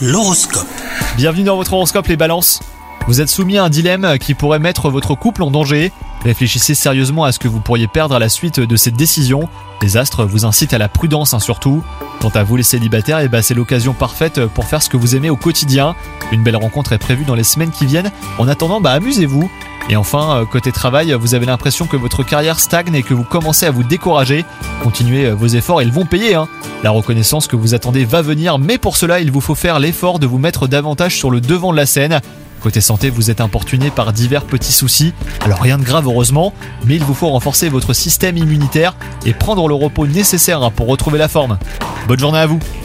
L'horoscope. Bienvenue dans votre horoscope les balances. Vous êtes soumis à un dilemme qui pourrait mettre votre couple en danger. Réfléchissez sérieusement à ce que vous pourriez perdre à la suite de cette décision. Les astres vous incitent à la prudence surtout. Quant à vous les célibataires, c'est l'occasion parfaite pour faire ce que vous aimez au quotidien. Une belle rencontre est prévue dans les semaines qui viennent. En attendant, amusez-vous. Et enfin, côté travail, vous avez l'impression que votre carrière stagne et que vous commencez à vous décourager. Continuez vos efforts, ils vont payer. La reconnaissance que vous attendez va venir, mais pour cela, il vous faut faire l'effort de vous mettre davantage sur le devant de la scène. Côté santé, vous êtes importuné par divers petits soucis. Alors rien de grave heureusement, mais il vous faut renforcer votre système immunitaire et prendre le repos nécessaire pour retrouver la forme. Bonne journée à vous.